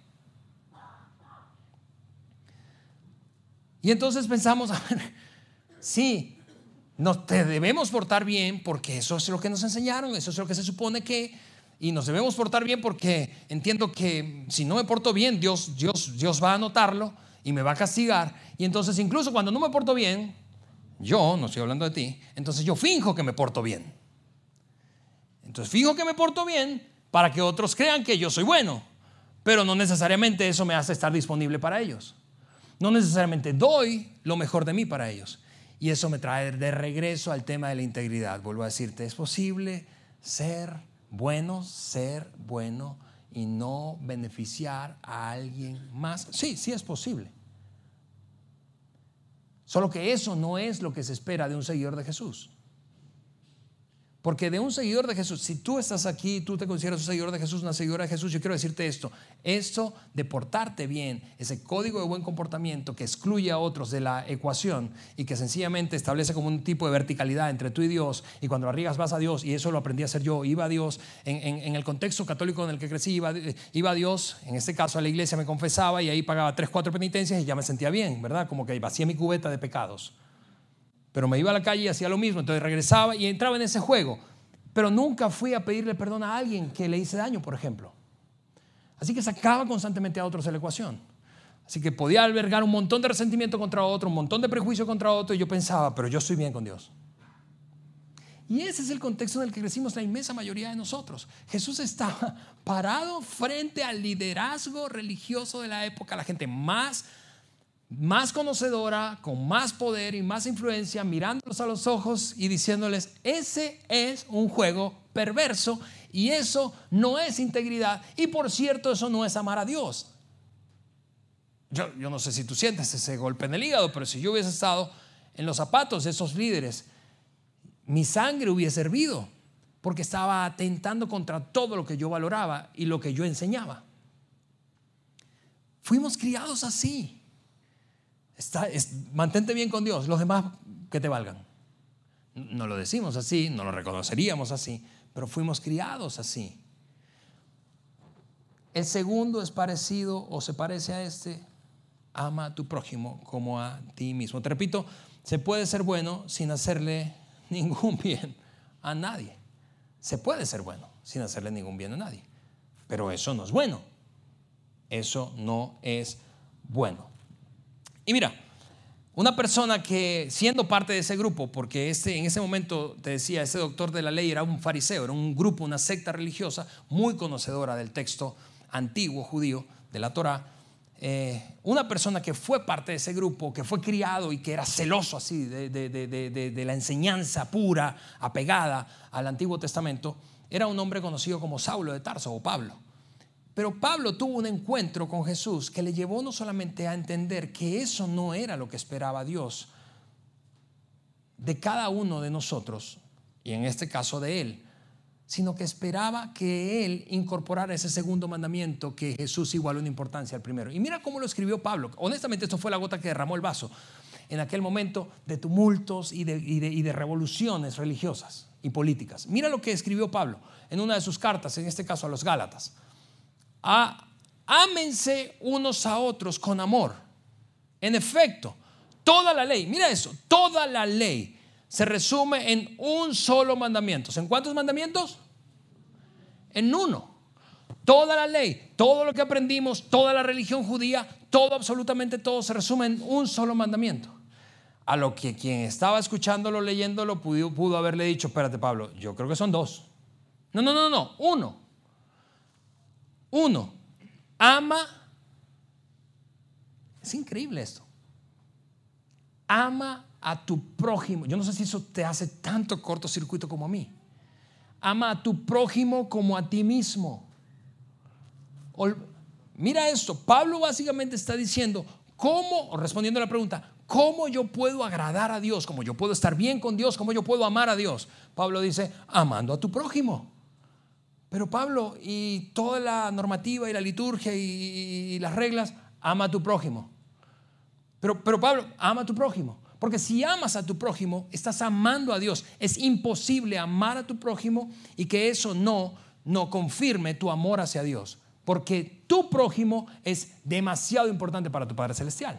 Y entonces pensamos, a ver, sí, nos te debemos portar bien porque eso es lo que nos enseñaron, eso es lo que se supone que, y nos debemos portar bien porque entiendo que si no me porto bien, Dios, Dios, Dios va a notarlo y me va a castigar. Y entonces incluso cuando no me porto bien, yo, no estoy hablando de ti, entonces yo finjo que me porto bien. Entonces finjo que me porto bien para que otros crean que yo soy bueno, pero no necesariamente eso me hace estar disponible para ellos. No necesariamente doy lo mejor de mí para ellos. Y eso me trae de regreso al tema de la integridad. Vuelvo a decirte, es posible ser bueno, ser bueno y no beneficiar a alguien más. Sí, sí es posible. Solo que eso no es lo que se espera de un seguidor de Jesús. Porque de un seguidor de Jesús, si tú estás aquí, tú te consideras un seguidor de Jesús, una seguidora de Jesús, yo quiero decirte esto: esto de portarte bien, ese código de buen comportamiento que excluye a otros de la ecuación y que sencillamente establece como un tipo de verticalidad entre tú y Dios, y cuando la riegas vas a Dios, y eso lo aprendí a hacer yo, iba a Dios, en, en, en el contexto católico en el que crecí, iba, iba a Dios, en este caso a la iglesia, me confesaba y ahí pagaba tres, cuatro penitencias y ya me sentía bien, ¿verdad? Como que vacía mi cubeta de pecados. Pero me iba a la calle y hacía lo mismo, entonces regresaba y entraba en ese juego. Pero nunca fui a pedirle perdón a alguien que le hice daño, por ejemplo. Así que sacaba constantemente a otros de la ecuación. Así que podía albergar un montón de resentimiento contra otro, un montón de prejuicio contra otro, y yo pensaba, pero yo estoy bien con Dios. Y ese es el contexto en el que crecimos la inmensa mayoría de nosotros. Jesús estaba parado frente al liderazgo religioso de la época, la gente más, más conocedora, con más poder y más influencia, mirándolos a los ojos y diciéndoles: ese es un juego perverso y eso no es integridad, y por cierto, eso no es amar a Dios. Yo, yo no sé si tú sientes ese golpe en el hígado, pero si yo hubiese estado en los zapatos de esos líderes, mi sangre hubiese hervido, porque estaba atentando contra todo lo que yo valoraba y lo que yo enseñaba. Fuimos criados así. Está, es, mantente bien con Dios, los demás que te valgan. No lo decimos así, no lo reconoceríamos así, pero fuimos criados así. El segundo es parecido o se parece a este: ama a tu prójimo como a ti mismo. Te repito, se puede ser bueno sin hacerle ningún bien a nadie. Se puede ser bueno sin hacerle ningún bien a nadie, pero eso no es bueno. Eso no es bueno. Y mira, una persona que, siendo parte de ese grupo, porque este, en ese momento te decía, ese doctor de la ley era un fariseo, era un grupo, una secta religiosa muy conocedora del texto antiguo judío de la Torá. Eh, una persona que fue parte de ese grupo, que fue criado y que era celoso así de, de, de, de, de la enseñanza pura, apegada al Antiguo Testamento, era un hombre conocido como Saulo de Tarso o Pablo. Pero Pablo tuvo un encuentro con Jesús que le llevó no solamente a entender que eso no era lo que esperaba Dios de cada uno de nosotros, y en este caso de él, sino que esperaba que él incorporara ese segundo mandamiento que Jesús igualó en importancia al primero. Y mira cómo lo escribió Pablo. Honestamente, esto fue la gota que derramó el vaso en aquel momento de tumultos y de, y de, y de revoluciones religiosas y políticas. Mira lo que escribió Pablo en una de sus cartas, en este caso a los Gálatas: a, ámense unos a otros con amor. En efecto, toda la ley, mira eso, toda la ley se resume en un solo mandamiento. ¿En cuántos mandamientos? En uno. Toda la ley, todo lo que aprendimos, toda la religión judía, todo, absolutamente todo se resume en un solo mandamiento. A lo que quien estaba escuchándolo, leyéndolo, pudo, pudo haberle dicho: espérate, Pablo, yo creo que son dos. No, no, no, no, uno. Uno, ama. Es increíble esto. Ama a tu prójimo. Yo no sé si eso te hace tanto cortocircuito como a mí. Ama a tu prójimo como a ti mismo. Mira esto, Pablo básicamente está diciendo cómo, respondiendo a la pregunta, ¿cómo yo puedo agradar a Dios? ¿Cómo yo puedo estar bien con Dios? ¿Cómo yo puedo amar a Dios? Pablo dice: amando a tu prójimo. Pero Pablo, y toda la normativa y la liturgia y, y las reglas, ama a tu prójimo. Pero, pero Pablo, ama a tu prójimo. Porque si amas a tu prójimo, estás amando a Dios. Es imposible amar a tu prójimo y que eso no, no confirme tu amor hacia Dios. Porque tu prójimo es demasiado importante para tu Padre Celestial.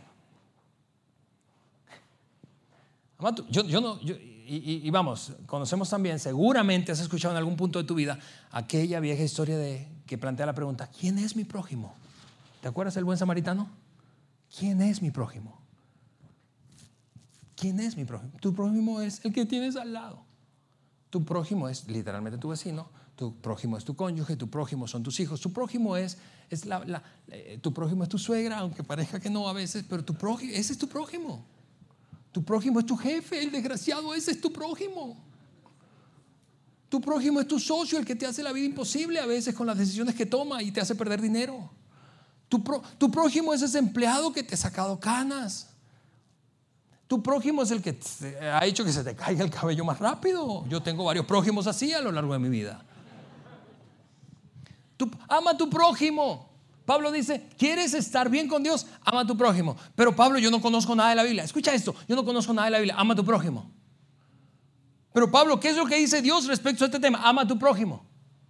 Yo, yo no, yo, y, y, y vamos, conocemos también, seguramente has escuchado en algún punto de tu vida aquella vieja historia de, que plantea la pregunta: ¿quién es mi prójimo? ¿Te acuerdas del buen samaritano? ¿Quién es mi prójimo? ¿Quién es mi prójimo? Tu prójimo es el que tienes al lado. Tu prójimo es literalmente tu vecino. Tu prójimo es tu cónyuge. Tu prójimo son tus hijos. Tu prójimo es, es la, la, eh, tu prójimo es tu suegra, aunque parezca que no a veces, pero tu prójimo, ese es tu prójimo. Tu prójimo es tu jefe, el desgraciado, ese es tu prójimo. Tu prójimo es tu socio, el que te hace la vida imposible a veces con las decisiones que toma y te hace perder dinero. Tu, pro, tu prójimo es ese empleado que te ha sacado canas. Tu prójimo es el que ha hecho que se te caiga el cabello más rápido. Yo tengo varios prójimos así a lo largo de mi vida. Tu, ama a tu prójimo. Pablo dice: ¿quieres estar bien con Dios? Ama a tu prójimo. Pero Pablo, yo no conozco nada de la Biblia. Escucha esto, yo no conozco nada de la Biblia. Ama a tu prójimo. Pero Pablo, ¿qué es lo que dice Dios respecto a este tema? Ama a tu prójimo.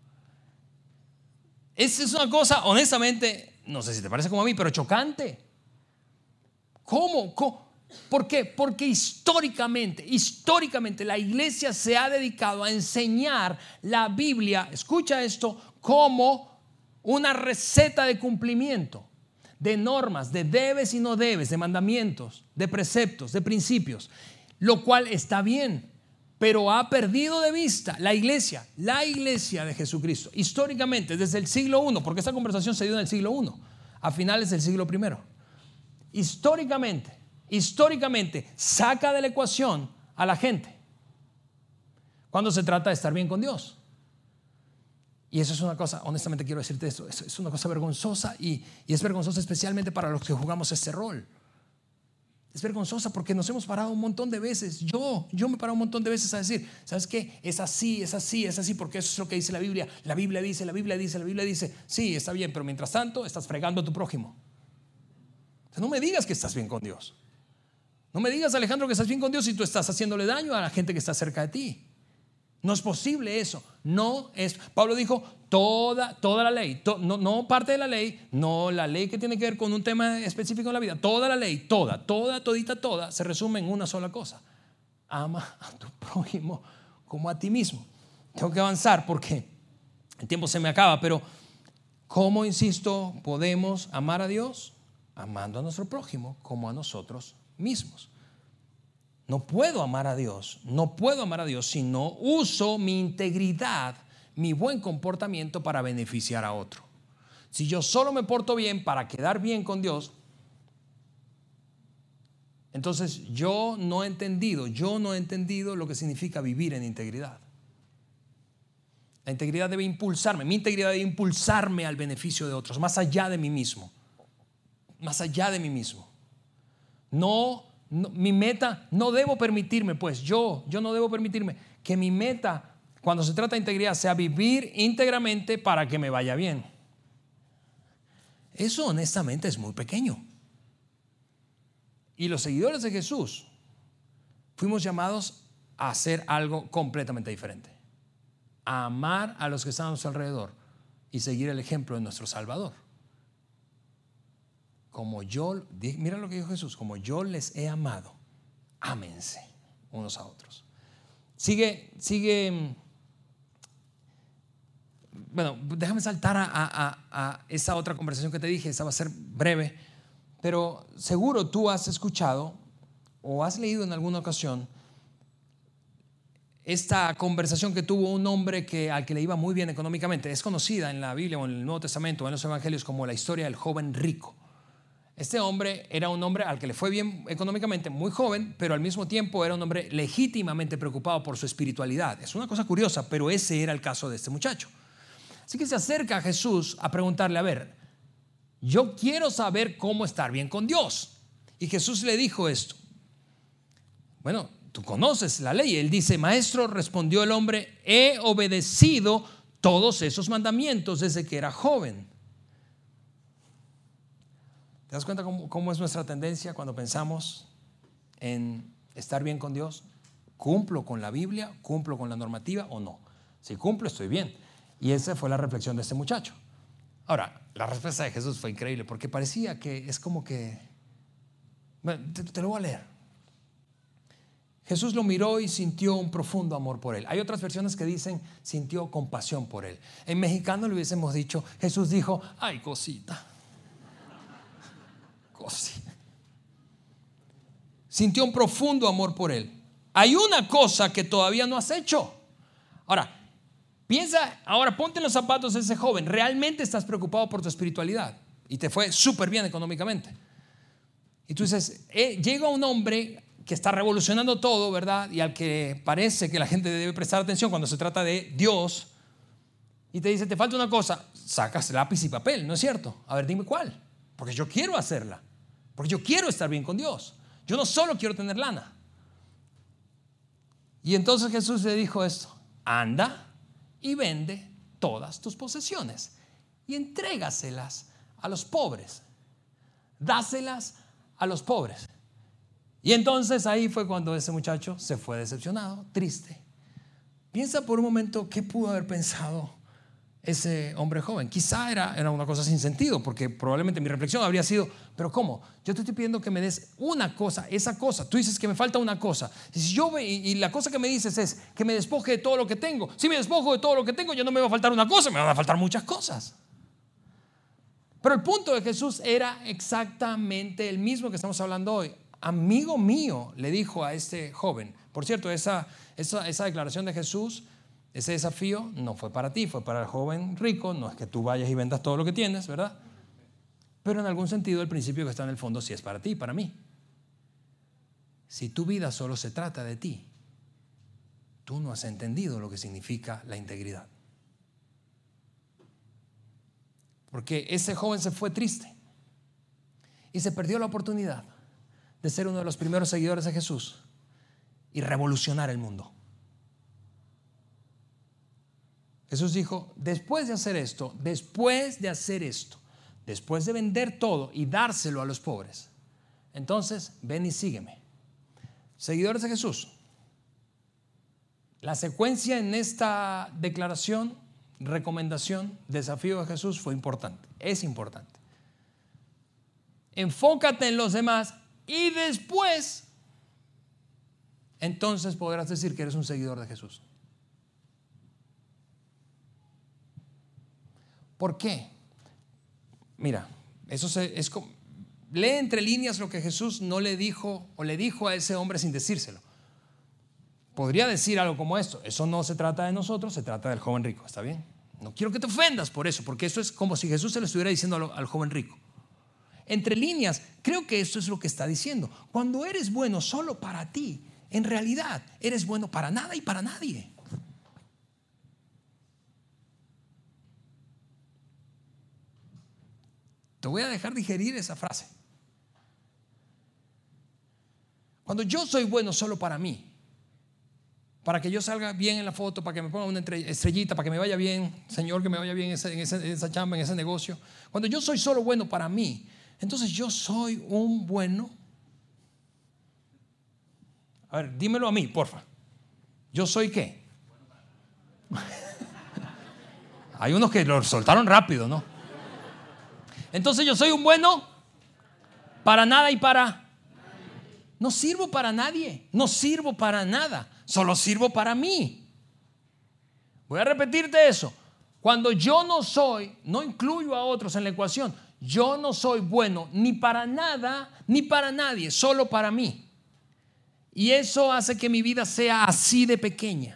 Esa es una cosa, honestamente, no sé si te parece como a mí, pero chocante. ¿Cómo? ¿Cómo? ¿Por qué? Porque históricamente, históricamente la iglesia se ha dedicado a enseñar la Biblia, escucha esto, como una receta de cumplimiento, de normas, de debes y no debes, de mandamientos, de preceptos, de principios, lo cual está bien. pero ha perdido de vista la iglesia, la iglesia de Jesucristo, históricamente, desde el siglo primero, porque esta conversación se dio en el siglo primero, a finales del siglo primero. Históricamente, históricamente, saca de la ecuación a la gente cuando se trata de estar bien con Dios. Y eso es una cosa, honestamente quiero decirte esto, es una cosa vergonzosa y, y es vergonzosa especialmente para los que jugamos este rol. Es vergonzosa porque nos hemos parado un montón de veces. Yo, yo me he parado un montón de veces a decir, ¿sabes qué? Es así, es así, es así, porque eso es lo que dice la Biblia. La Biblia dice, la Biblia dice, la Biblia dice. Sí, está bien, pero mientras tanto estás fregando a tu prójimo. O sea, no me digas que estás bien con Dios. No me digas, Alejandro, que estás bien con Dios y tú estás haciéndole daño a la gente que está cerca de ti. No es posible eso. No es. Pablo dijo, toda, toda la ley, to, no, no parte de la ley, no la ley que tiene que ver con un tema específico en la vida. Toda la ley, toda, toda, todita, toda, se resume en una sola cosa. Ama a tu prójimo como a ti mismo. Tengo que avanzar porque el tiempo se me acaba, pero ¿cómo, insisto, podemos amar a Dios? Amando a nuestro prójimo como a nosotros mismos. No puedo amar a Dios, no puedo amar a Dios si no uso mi integridad, mi buen comportamiento para beneficiar a otro. Si yo solo me porto bien para quedar bien con Dios, entonces yo no he entendido, yo no he entendido lo que significa vivir en integridad. La integridad debe impulsarme, mi integridad debe impulsarme al beneficio de otros, más allá de mí mismo, más allá de mí mismo. No No, mi meta, no debo permitirme, pues yo, yo no debo permitirme que mi meta, cuando se trata de integridad, sea vivir íntegramente para que me vaya bien. Eso honestamente es muy pequeño. Y los seguidores de Jesús fuimos llamados a hacer algo completamente diferente. A amar a los que están a nuestro alrededor y seguir el ejemplo de nuestro Salvador. Como yo, mira lo que dijo Jesús, como yo les he amado, ámense unos a otros. Sigue, sigue, bueno, déjame saltar a, a, a esa otra conversación que te dije, esa va a ser breve, pero seguro tú has escuchado o has leído en alguna ocasión esta conversación que tuvo un hombre que, al que le iba muy bien económicamente. Es conocida en la Biblia o en el Nuevo Testamento o en los Evangelios como la historia del joven rico. Este hombre era un hombre al que le fue bien económicamente, muy joven, pero al mismo tiempo era un hombre legítimamente preocupado por su espiritualidad. Es una cosa curiosa, pero ese era el caso de este muchacho. Así que se acerca a Jesús a preguntarle, a ver, yo quiero saber cómo estar bien con Dios. Y Jesús le dijo esto. Bueno, tú conoces la ley. Él dice, maestro, respondió el hombre, he obedecido todos esos mandamientos desde que era joven. ¿Te das cuenta cómo, cómo es nuestra tendencia cuando pensamos en estar bien con Dios? ¿Cumplo con la Biblia? ¿Cumplo con la normativa o no? Si cumplo, estoy bien. Y esa fue la reflexión de este muchacho. Ahora, la respuesta de Jesús fue increíble porque parecía que es como que... Bueno, te, te lo voy a leer. Jesús lo miró y sintió un profundo amor por él. Hay otras versiones que dicen sintió compasión por él. En mexicano le hubiésemos dicho, Jesús dijo, ay, cosita. Sintió un profundo amor por él. Hay una cosa que todavía no has hecho. Ahora, piensa, ahora ponte en los zapatos de ese joven. ¿Realmente estás preocupado por tu espiritualidad? Y te fue súper bien económicamente. Y tú dices, eh, llega un hombre que está revolucionando todo, ¿verdad? Y al que parece que la gente debe prestar atención cuando se trata de Dios. Y te dice, te falta una cosa. Sacas lápiz y papel, ¿no es cierto? A ver, dime cuál. Porque yo quiero hacerla. Porque yo quiero estar bien con Dios. Yo no solo quiero tener lana. Y entonces Jesús le dijo esto: anda y vende todas tus posesiones y entrégaselas a los pobres. Dáselas a los pobres. Y entonces ahí fue cuando ese muchacho se fue decepcionado, triste. Piensa por un momento qué pudo haber pensado ese hombre joven. Quizá era, era una cosa sin sentido, porque probablemente mi reflexión habría sido: pero ¿cómo? Yo te estoy pidiendo que me des una cosa, esa cosa. Tú dices que me falta una cosa. Y, si yo, y, y la cosa que me dices es que me despoje de todo lo que tengo. Si me despojo de todo lo que tengo, ya no me va a faltar una cosa, me van a faltar muchas cosas. Pero el punto de Jesús era exactamente el mismo que estamos hablando hoy. amigo mío, le dijo a este joven. Por cierto, esa, esa, esa declaración de Jesús, ese desafío no fue para ti, fue para el joven rico. No es que tú vayas y vendas todo lo que tienes, ¿verdad? Pero en algún sentido el principio que está en el fondo sí es para ti, para mí. Si tu vida solo se trata de ti, tú no has entendido lo que significa la integridad. Porque ese joven se fue triste y se perdió la oportunidad de ser uno de los primeros seguidores de Jesús y revolucionar el mundo. Jesús dijo, después de hacer esto, después de hacer esto, después de vender todo y dárselo a los pobres, entonces ven y sígueme. Seguidores de Jesús, la secuencia en esta declaración, recomendación, desafío de Jesús fue importante, es importante. Enfócate en los demás y después, entonces podrás decir que eres un seguidor de Jesús. ¿Por qué? Mira, eso se, es como, lee entre líneas lo que Jesús no le dijo o le dijo a ese hombre sin decírselo. Podría decir algo como esto: eso no se trata de nosotros, se trata del joven rico. ¿Está bien? No quiero que te ofendas por eso, porque eso es como si Jesús se lo estuviera diciendo al, al joven rico. Entre líneas, creo que esto es lo que está diciendo. Cuando eres bueno solo para ti, en realidad eres bueno para nada y para nadie. Te voy a dejar digerir esa frase. Cuando yo soy bueno solo para mí, para que yo salga bien en la foto, para que me ponga una estrellita, para que me vaya bien, Señor, que me vaya bien en, ese, en, ese, en esa chamba, en ese negocio. Cuando yo soy solo bueno para mí, entonces yo soy un bueno. A ver, dímelo a mí, porfa. ¿Yo soy qué? Hay unos que lo soltaron rápido, ¿no? Entonces yo soy un bueno para nada y para... No sirvo para nadie, no sirvo para nada, solo sirvo para mí. Voy a repetirte eso. Cuando yo no soy, no incluyo a otros en la ecuación. Yo no soy bueno ni para nada ni para nadie, solo para mí. Y eso hace que mi vida sea así de pequeña.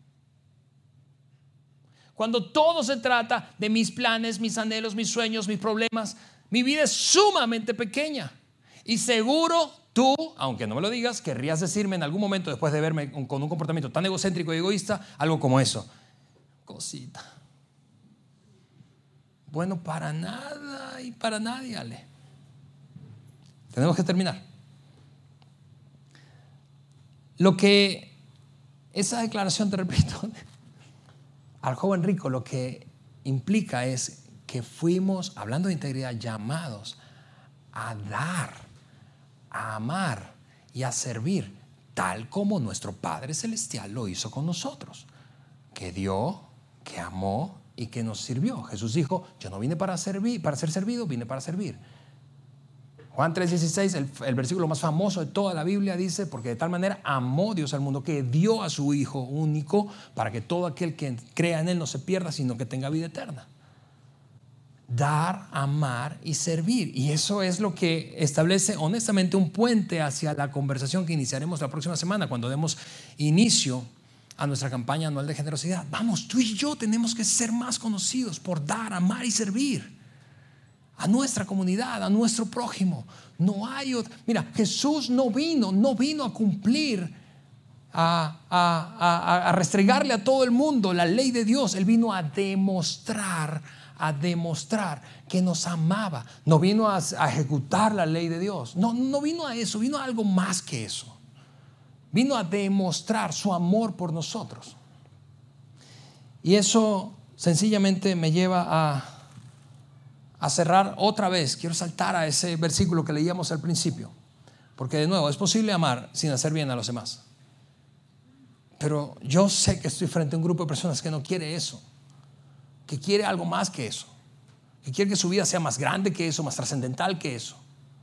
Cuando todo se trata de mis planes, mis anhelos, mis sueños, mis problemas, mi vida es sumamente pequeña. Y seguro tú, aunque no me lo digas, querrías decirme en algún momento, después de verme con un comportamiento tan egocéntrico y egoísta, algo como eso: cosita, bueno para nada y para nadie, Ale. Tenemos que terminar. Lo que esa declaración, te repito, al joven rico, lo que implica es que fuimos, hablando de integridad, llamados a dar, a amar y a servir, tal como nuestro Padre Celestial lo hizo con nosotros, que dio, que amó y que nos sirvió. Jesús dijo: yo no vine para servir, para ser servido, vine para servir. Juan tres dieciséis, el, el versículo más famoso de toda la Biblia, dice: porque de tal manera amó Dios al mundo que dio a su Hijo único, para que todo aquel que crea en Él no se pierda, sino que tenga vida eterna. Dar, amar y servir. Y eso es lo que establece honestamente un puente hacia la conversación que iniciaremos la próxima semana, cuando demos inicio a nuestra campaña anual de generosidad. Vamos, tú y yo tenemos que ser más conocidos por dar, amar y servir a nuestra comunidad, a nuestro prójimo. No hay otro. Mira, Jesús no vino, no vino a cumplir, a, a, a, a restregarle a todo el mundo la ley de Dios. Él vino a demostrar, a demostrar que nos amaba. No vino a, a ejecutar la ley de Dios. No, no vino a eso, vino a algo más que eso. Vino a demostrar su amor por nosotros. Y eso sencillamente me lleva a a cerrar otra vez. Quiero saltar a ese versículo que leíamos al principio, porque de nuevo es posible amar sin hacer bien a los demás, pero yo sé que estoy frente a un grupo de personas que no quiere eso, que quiere algo más que eso, que quiere que su vida sea más grande que eso, más trascendental que eso.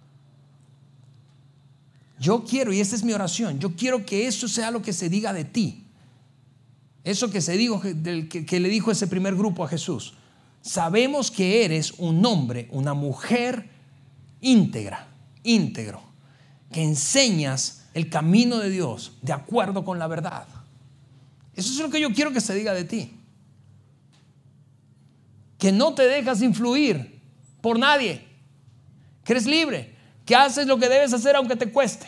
Yo quiero, y esta es mi oración, yo quiero que eso sea lo que se diga de ti, eso que se dijo, que, que le dijo ese primer grupo a Jesús: sabemos que eres un hombre, una mujer íntegra, íntegro, que enseñas el camino de Dios de acuerdo con la verdad. Eso es lo que yo quiero que se diga de ti. Que no te dejas influir por nadie, que eres libre, que haces lo que debes hacer aunque te cueste,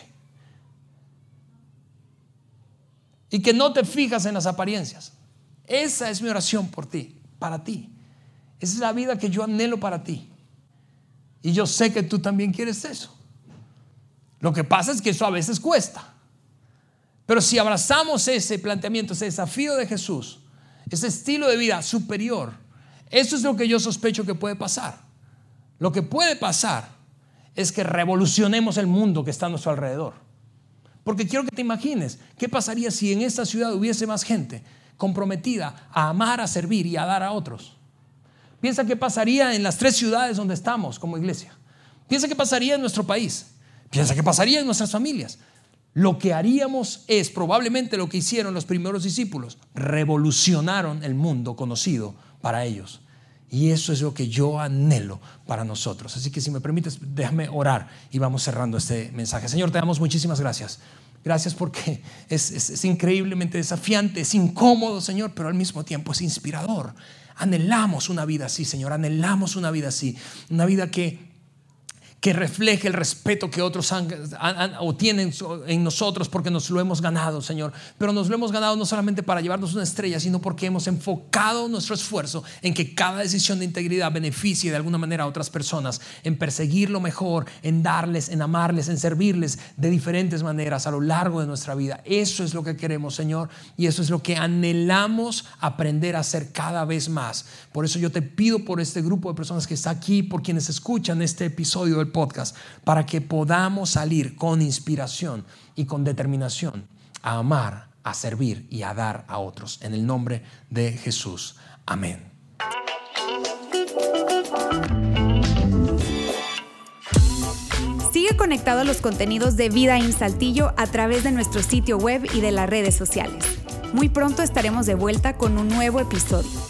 y que no te fijas en las apariencias. Esa es mi oración por ti, para ti. Esa es la vida que yo anhelo para ti, y yo sé que tú también quieres eso. Lo que pasa es que eso a veces cuesta, pero si abrazamos ese planteamiento, ese desafío de Jesús, ese estilo de vida superior, eso es lo que yo sospecho que puede pasar. Lo que puede pasar es que revolucionemos el mundo que está a nuestro alrededor. Porque quiero que te imagines qué pasaría si en esta ciudad hubiese más gente comprometida a amar, a servir y a dar a otros. Piensa qué pasaría en las tres ciudades donde estamos como iglesia. Piensa qué pasaría en nuestro país. Piensa qué pasaría en nuestras familias. Lo que haríamos es probablemente lo que hicieron los primeros discípulos. Revolucionaron el mundo conocido para ellos. Y eso es lo que yo anhelo para nosotros. Así que si me permites, déjame orar y vamos cerrando este mensaje. Señor, te damos muchísimas gracias. Gracias porque es, es, es increíblemente desafiante, es incómodo, Señor, pero al mismo tiempo es inspirador. Anhelamos una vida así, Señor, anhelamos una vida así. Una vida que... que refleje el respeto que otros han, han, han, o tienen en nosotros porque nos lo hemos ganado, Señor. Pero nos lo hemos ganado no solamente para llevarnos una estrella, sino porque hemos enfocado nuestro esfuerzo en que cada decisión de integridad beneficie de alguna manera a otras personas, en perseguir lo mejor, en darles, en amarles, en servirles de diferentes maneras a lo largo de nuestra vida. Eso es lo que queremos, Señor, y eso es lo que anhelamos aprender a hacer cada vez más. Por eso yo te pido por este grupo de personas que está aquí, por quienes escuchan este episodio del podcast, para que podamos salir con inspiración y con determinación a amar, a servir y a dar a otros. En el nombre de Jesús. Amén. Sigue conectado a los contenidos de Vida in Saltillo a través de nuestro sitio web y de las redes sociales. Muy pronto estaremos de vuelta con un nuevo episodio.